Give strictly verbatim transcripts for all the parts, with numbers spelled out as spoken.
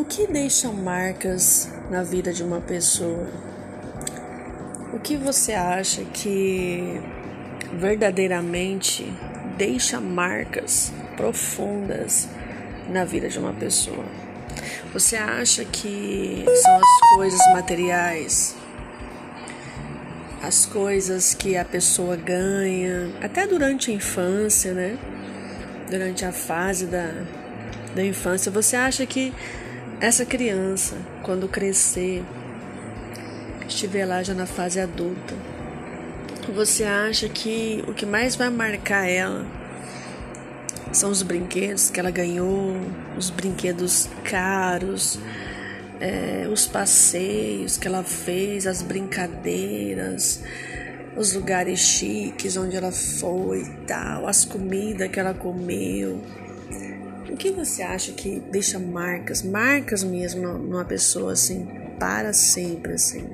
O que deixa marcas na vida de uma pessoa? O que você acha que verdadeiramente deixa marcas profundas na vida de uma pessoa? Você acha que são as coisas materiais, as coisas que a pessoa ganha, até durante a infância, né? Durante a fase da, da infância, você acha que essa criança, quando crescer, estiver lá já na fase adulta, você acha que o que mais vai marcar ela são os brinquedos que ela ganhou, os brinquedos caros, é, os passeios que ela fez, as brincadeiras, os lugares chiques onde ela foi e tal, as comidas que ela comeu? O que você acha que deixa marcas, marcas mesmo numa pessoa assim, para sempre assim?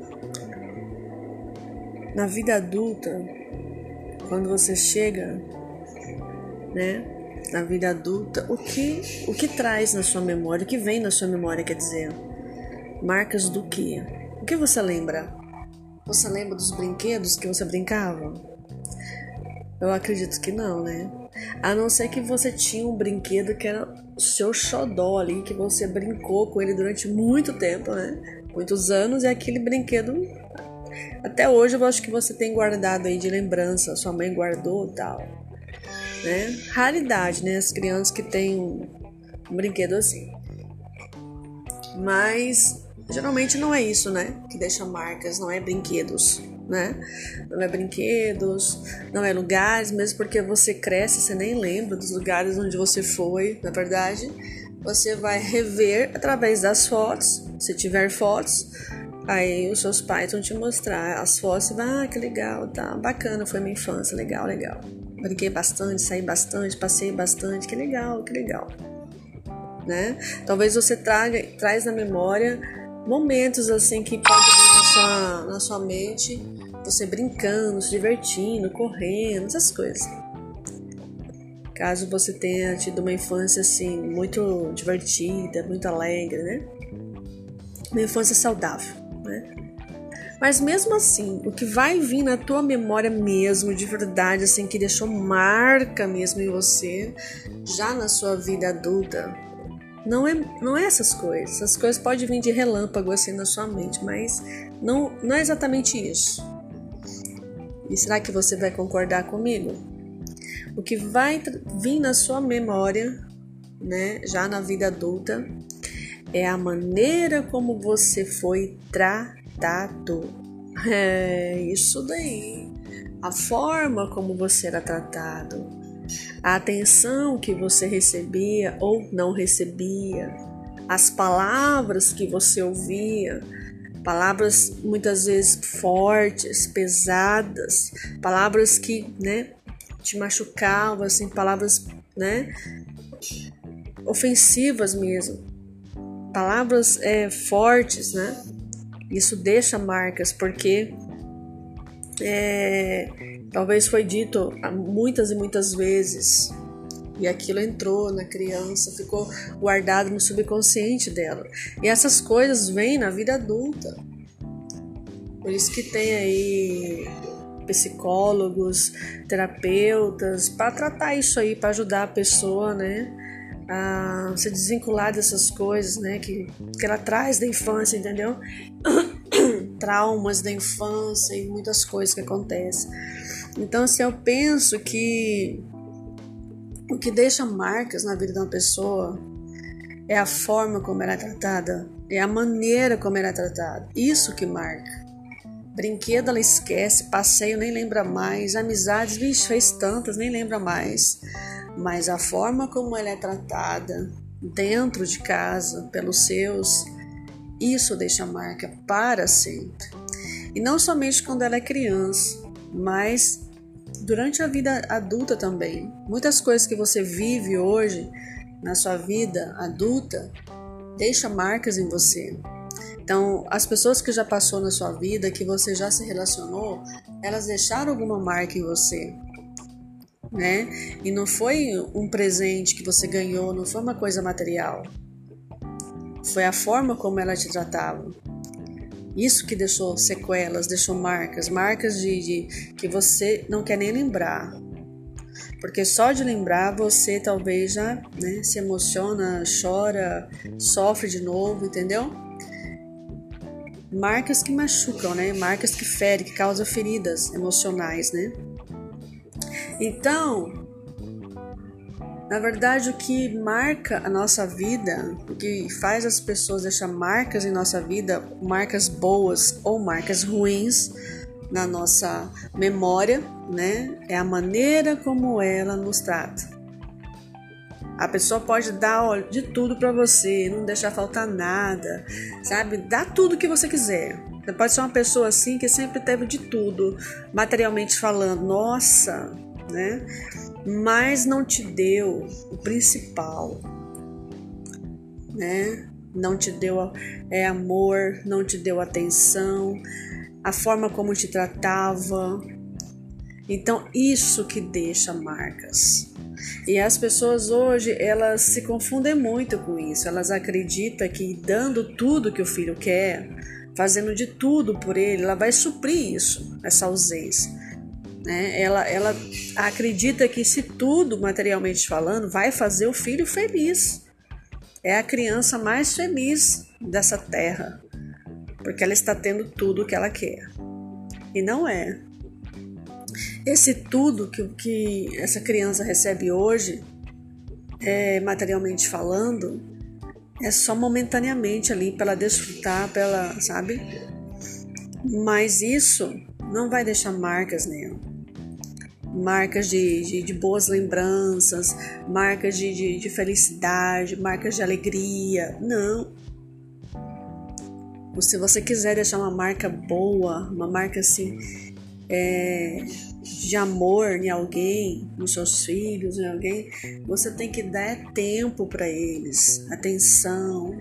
Na vida adulta, quando você chega, né, na vida adulta, o que, o que traz na sua memória, o que vem na sua memória, quer dizer, marcas do quê? O que você lembra? Você lembra dos brinquedos que você brincava? Eu acredito que não, né? A não ser que você tinha um brinquedo que era o seu xodó ali, que você brincou com ele durante muito tempo, né? Muitos anos, e aquele brinquedo, até hoje eu acho que você tem guardado aí de lembrança, sua mãe guardou e tal, né? Raridade, né? As crianças que têm um, um brinquedo assim. Mas geralmente não é isso, né? Que deixa marcas, não é brinquedos, né? Não é brinquedos, não é lugares, mesmo porque você cresce, você nem lembra dos lugares onde você foi, na verdade. Você vai rever através das fotos, se tiver fotos, aí os seus pais vão te mostrar as fotos e vai, ah, que legal, tá, bacana, foi minha infância, legal, legal. Brinquei bastante, saí bastante, passei bastante, que legal, que legal, né? Talvez você traga, traz na memória momentos assim que pode vir na sua, na sua mente, você brincando, se divertindo, correndo, essas coisas. Caso você tenha tido uma infância assim muito divertida, muito alegre, né? Uma infância saudável, né? Mas mesmo assim, o que vai vir na tua memória mesmo, de verdade, assim, que deixou marca mesmo em você, já na sua vida adulta, Não é, não é essas coisas. Essas coisas podem vir de relâmpago assim na sua mente, mas não, não é exatamente isso. E será que você vai concordar comigo? O que vai vir na sua memória, né, já na vida adulta, é a maneira como você foi tratado. É isso daí. A forma como você era tratado. A atenção que você recebia ou não recebia, as palavras que você ouvia, palavras muitas vezes fortes, pesadas, palavras que, né, te machucavam, assim, palavras, né, ofensivas mesmo, palavras é, fortes, né? Isso deixa marcas porque é, talvez foi dito muitas e muitas vezes e aquilo entrou na criança, ficou guardado no subconsciente dela. E essas coisas vêm na vida adulta. Por isso que tem aí psicólogos, terapeutas, para tratar isso aí, para ajudar a pessoa, né, a se desvincular dessas coisas, né, que, que ela traz da infância, entendeu? Traumas da infância e muitas coisas que acontecem. Então, assim, eu penso que o que deixa marcas na vida de uma pessoa é a forma como ela é tratada, é a maneira como ela é tratada. Isso que marca. Brinquedo ela esquece, passeio nem lembra mais, amizades, vixe, fez tantas, nem lembra mais. Mas a forma como ela é tratada dentro de casa, pelos seus, isso deixa marca para sempre. E não somente quando ela é criança, mas durante a vida adulta também. Muitas coisas que você vive hoje na sua vida adulta deixam marcas em você. Então, as pessoas que já passou na sua vida, que você já se relacionou, elas deixaram alguma marca em você, né? E não foi um presente que você ganhou, não foi uma coisa material. Foi a forma como ela te tratava. Isso que deixou sequelas, deixou marcas, marcas de, de que você não quer nem lembrar. Porque só de lembrar você talvez já, né, se emociona, chora, sofre de novo, entendeu? Marcas que machucam, né? Marcas que ferem, que causam feridas emocionais, né? Então, na verdade, o que marca a nossa vida, o que faz as pessoas deixar marcas em nossa vida, marcas boas ou marcas ruins na nossa memória, né? É a maneira como ela nos trata. A pessoa pode dar ó, de tudo para você, não deixar faltar nada, sabe? Dá tudo que você quiser. Você pode ser uma pessoa assim que sempre teve de tudo, materialmente falando, nossa, né? Mas não te deu o principal, né? Não te deu é, amor, não te deu atenção, a forma como te tratava. Então, isso que deixa marcas. E as pessoas hoje, elas se confundem muito com isso. Elas acreditam que dando tudo que o filho quer, fazendo de tudo por ele, ela vai suprir isso, essa ausência. Né? Ela, ela acredita que se tudo, materialmente falando, vai fazer o filho feliz. É a criança mais feliz dessa terra, porque ela está tendo tudo o que ela quer. E não é. Esse tudo que, que essa criança recebe hoje, é, materialmente falando, é só momentaneamente ali para ela desfrutar, para ela, sabe? Mas isso não vai deixar marcas nela. Marcas de, de, de boas lembranças, marcas de, de, de felicidade, marcas de alegria. Não. Se você quiser deixar uma marca boa, uma marca assim, é, de amor em alguém, nos seus filhos, em alguém, você tem que dar tempo para eles, atenção,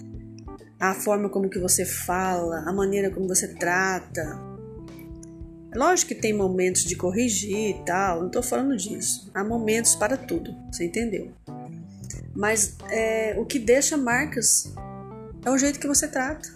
a forma como que você fala, a maneira como você trata. Lógico que tem momentos de corrigir e tal, não estou falando disso. Há momentos para tudo, você entendeu? Mas é, o que deixa marcas é o jeito que você trata.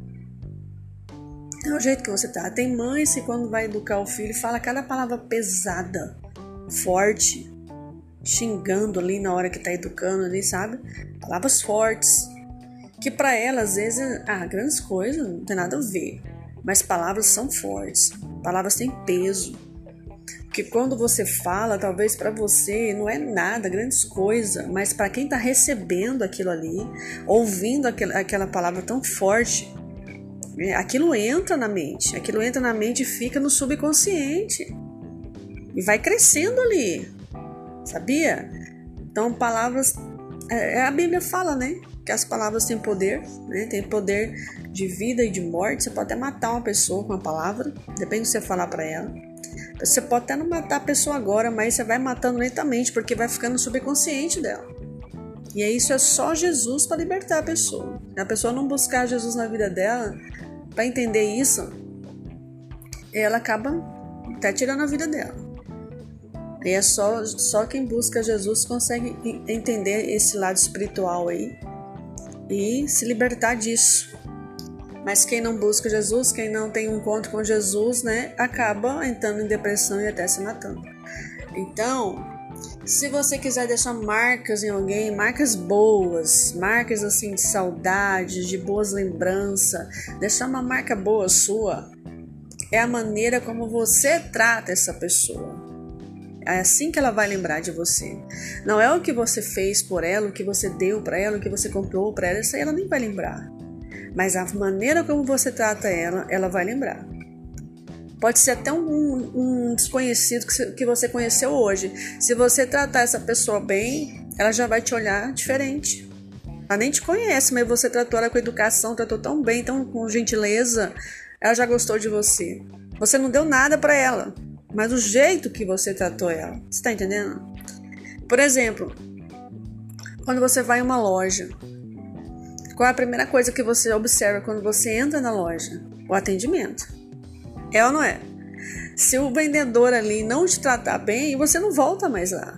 É o jeito que você trata. Tem mães que quando vai educar o filho fala cada palavra pesada, forte, xingando ali na hora que está educando ali, sabe? Palavras fortes. Que para ela às vezes, ah, grandes coisas, não tem nada a ver. Mas palavras são fortes, palavras têm peso. Porque quando você fala, talvez para você não é nada, grandes coisas, mas para quem está recebendo aquilo ali, ouvindo aquela, aquela palavra tão forte, aquilo entra na mente, aquilo entra na mente e fica no subconsciente. E vai crescendo ali, sabia? Então palavras, é, a Bíblia fala, né? Que as palavras têm poder, né? Tem poder de vida e de morte. Você pode até matar uma pessoa com uma palavra, depende do que você falar para ela. Você pode até não matar a pessoa agora, mas você vai matando lentamente, porque vai ficando no subconsciente dela. E aí isso é só Jesus para libertar a pessoa. Se a pessoa não buscar Jesus na vida dela, para entender isso, ela acaba até tirando a vida dela. E é só, só quem busca Jesus consegue entender esse lado espiritual aí e se libertar disso. Mas quem não busca Jesus, quem não tem um encontro com Jesus, né, acaba entrando em depressão e até se matando. Então, se você quiser deixar marcas em alguém, marcas boas, marcas assim de saudade, de boas lembranças, deixar uma marca boa sua, é a maneira como você trata essa pessoa. É assim que ela vai lembrar de você. Não é o que você fez por ela, o que você deu para ela, o que você comprou para ela, isso aí ela nem vai lembrar. Mas a maneira como você trata ela, ela vai lembrar. Pode ser até um, um desconhecido que você conheceu hoje. Se você tratar essa pessoa bem, ela já vai te olhar diferente. Ela nem te conhece, mas você tratou ela com educação, tratou tão bem, tão com gentileza, ela já gostou de você. Você não deu nada para ela, mas o jeito que você tratou ela. Você está entendendo? Por exemplo, quando você vai em uma loja, qual é a primeira coisa que você observa quando você entra na loja? O atendimento. É ou não é? Se o vendedor ali não te tratar bem, você não volta mais lá.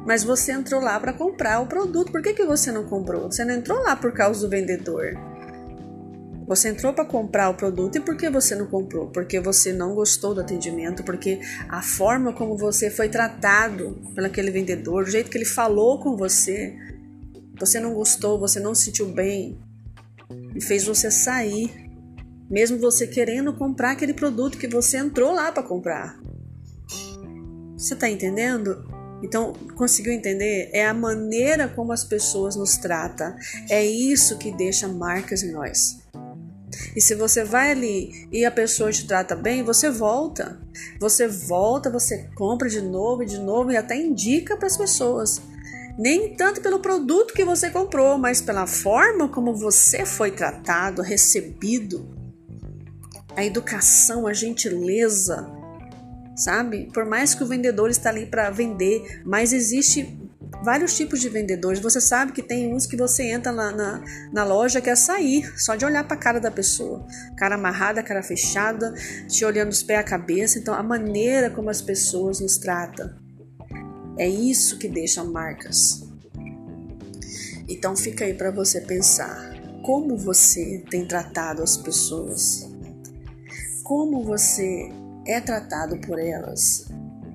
mas você entrou lá para comprar o produto. Por que que você não comprou? Você não entrou lá por causa do vendedor. Você entrou para comprar o produto e por que você não comprou? Porque você não gostou do atendimento, porque a forma como você foi tratado pelo aquele vendedor, o jeito que ele falou com você, você não gostou, você não se sentiu bem e fez você sair, mesmo você querendo comprar aquele produto que você entrou lá para comprar. Você está entendendo? Então, conseguiu entender? É a maneira como as pessoas nos tratam. É isso que deixa marcas em nós. E se você vai ali e a pessoa te trata bem, você volta. Você volta, você compra de novo e de novo e até indica para as pessoas. Nem tanto pelo produto que você comprou, mas pela forma como você foi tratado, recebido. A educação, a gentileza, sabe? Por mais que o vendedor está ali para vender, mas existe vários tipos de vendedores. Você sabe que tem uns que você entra na, na, na loja quer sair, só de olhar para a cara da pessoa. Cara amarrada, cara fechada, te olhando os pés à cabeça. Então, a maneira como as pessoas nos tratam, é isso que deixa marcas. Então, fica aí para você pensar. Como você tem tratado as pessoas? Como você é tratado por elas?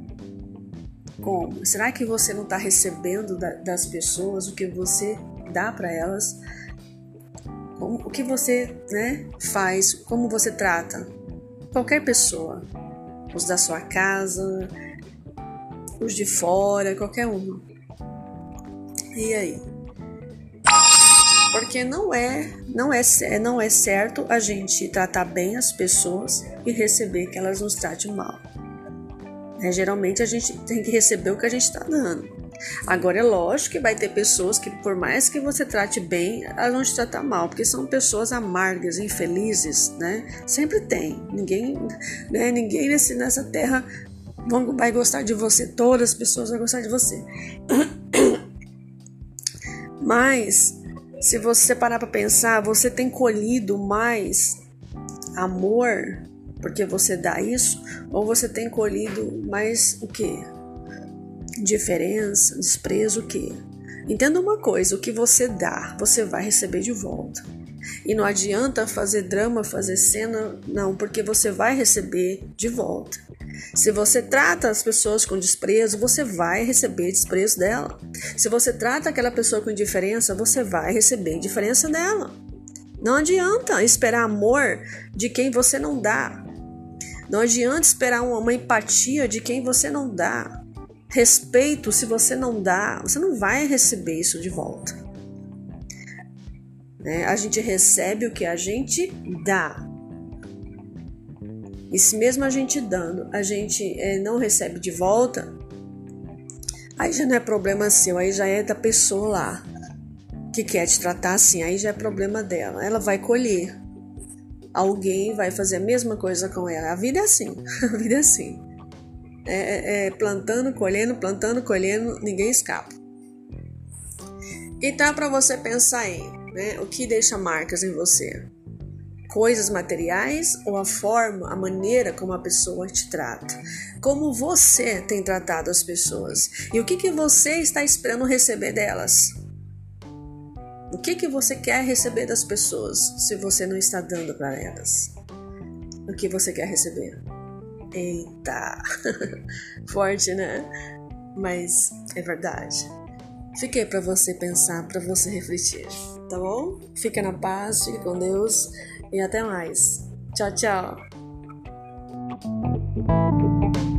Como? Será que você não está recebendo da, das pessoas o que você dá para elas? Como, o que você, né, faz? Como você trata qualquer pessoa? Os da sua casa, os de fora, qualquer um. E aí? Porque não é, não é, não é certo a gente tratar bem as pessoas e receber que elas nos tratem mal. É, geralmente a gente tem que receber o que a gente está dando. Agora é lógico que vai ter pessoas que, por mais que você trate bem, elas vão te tratar mal, porque são pessoas amargas, infelizes, né? Sempre tem. Ninguém, né? Ninguém nesse, nessa terra vai gostar de você. Todas as pessoas vão gostar de você. Mas se você parar para pensar, você tem colhido mais amor porque você dá isso, ou você tem colhido mais o quê? Indiferença, desprezo, o quê? Entenda uma coisa, o que você dá, você vai receber de volta. E não adianta fazer drama, fazer cena, não, porque você vai receber de volta. Se você trata as pessoas com desprezo, você vai receber desprezo dela. Se você trata aquela pessoa com indiferença, você vai receber indiferença dela. Não adianta esperar amor de quem você não dá. Não adianta esperar uma, uma empatia de quem você não dá. Respeito, se você não dá, você não vai receber isso de volta. Né? A gente recebe o que a gente dá. E se mesmo a gente dando, a gente é, não recebe de volta, aí já não é problema seu, aí já é da pessoa lá que quer te tratar assim, aí já é problema dela. Ela vai colher. Alguém vai fazer a mesma coisa com ela. A vida é assim, a vida é assim. É, é plantando, colhendo, plantando, colhendo, ninguém escapa. Então é para você pensar aí, né? O que deixa marcas em você? Coisas materiais ou a forma, a maneira como a pessoa te trata? Como você tem tratado as pessoas? E o que, que você está esperando receber delas? O que, que você quer receber das pessoas se você não está dando para elas? O que você quer receber? Eita! Forte, né? Mas é verdade. Fiquei para você pensar, para você refletir, tá bom? Fica na paz, fique com Deus e até mais. Tchau, tchau!